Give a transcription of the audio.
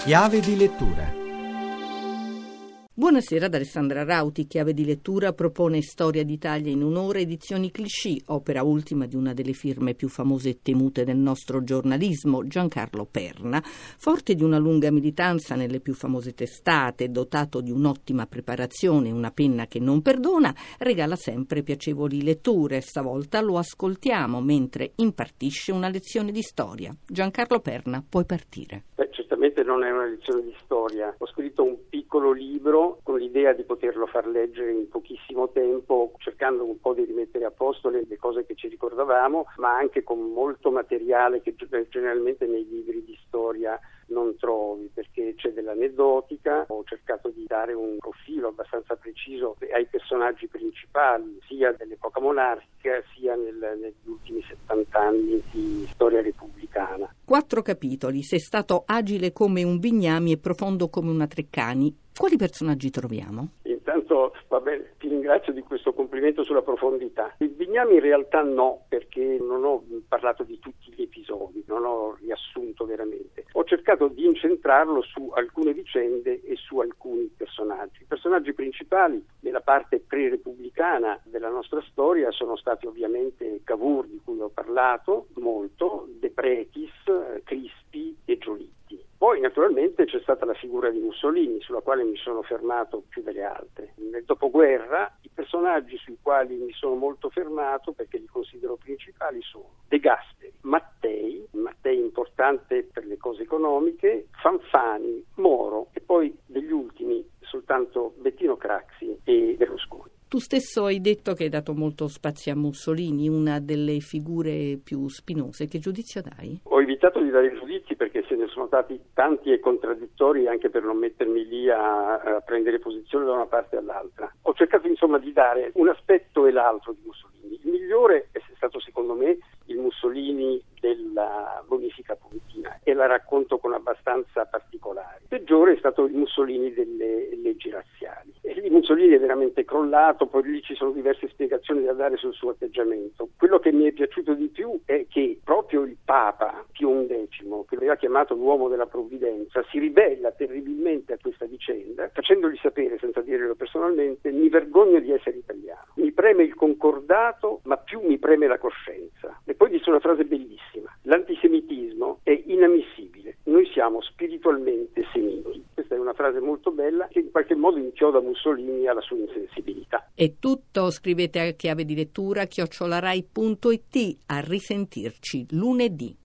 Chiave di lettura. Buonasera da Alessandra Rauti. Chiave di lettura propone Storia d'Italia in un'ora, edizioni Clichy, opera ultima di una delle firme più famose e temute del nostro giornalismo, Giancarlo Perna. Forte di una lunga militanza nelle più famose testate, dotato di un'ottima preparazione e una penna che non perdona, regala sempre piacevoli letture. Stavolta lo ascoltiamo mentre impartisce una lezione di storia. Giancarlo Perna, puoi partire. Certamente non è una lezione di storia. Ho scritto un piccolo libro con l'idea di poterlo far leggere in pochissimo tempo, cercando un po' di rimettere a posto le cose che ci ricordavamo, ma anche con molto materiale che generalmente nei libri di storia non trovi, perché c'è dell'aneddotica. Ho cercato di dare un profilo abbastanza preciso ai personaggi principali, sia dell'epoca monarchica sia negli ultimi 70 anni di storia repubblicana. 4 capitoli, sei stato agile come un Bignami e profondo come una Treccani. Quali personaggi troviamo? Intanto, ti ringrazio di questo complimento sulla profondità. Il Bignami in realtà no, perché non ho parlato di tutti gli episodi, non ho riassunto veramente. Ho cercato di incentrarlo su alcune vicende e su alcuni personaggi. I personaggi principali nella parte pre-repubblicana della nostra storia sono stati ovviamente Cavour, di cui ho parlato molto, De Pretis, Crispi e Giolitti. Poi naturalmente c'è stata la figura di Mussolini, sulla quale mi sono fermato più delle altre. Nel dopoguerra i personaggi sui quali mi sono molto fermato, perché li considero principali, sono De Gasperi, Mattei importante per le cose economiche, Fanfani, Moro e poi degli ultimi soltanto Bettino Craxi e Berlusconi. Tu stesso hai detto che hai dato molto spazio a Mussolini, una delle figure più spinose. Che giudizio dai? Ho evitato di dare giudizi perché se ne sono stati tanti e contraddittori, anche per non mettermi lì a prendere posizione da una parte all'altra. Ho cercato insomma di dare un aspetto e l'altro di Mussolini. Il migliore è stato secondo me il Mussolini della bonifica puntina e la racconto con abbastanza particolari. Il peggiore è stato il Mussolini delle leggi razziali. E lì Mussolini è veramente crollato, poi lì ci sono diverse spiegazioni da dare sul suo atteggiamento. Quello che mi è piaciuto di più è che proprio il Papa Pio XI, che aveva chiamato l'uomo della provvidenza, si ribella terribilmente a questa vicenda, facendogli sapere, senza dirlo personalmente: mi vergogno di essere italiano, mi preme il concordato, ma più mi preme la coscienza. E poi dice una frase bellissima: l'antisemitismo è inammissibile, noi siamo spiritualmente semiti. Questa è una frase molto bella che in qualche modo inchioda Mussolini alla sua insensibilità. È tutto, scrivete a chiave di lettura @rai.it. A risentirci lunedì.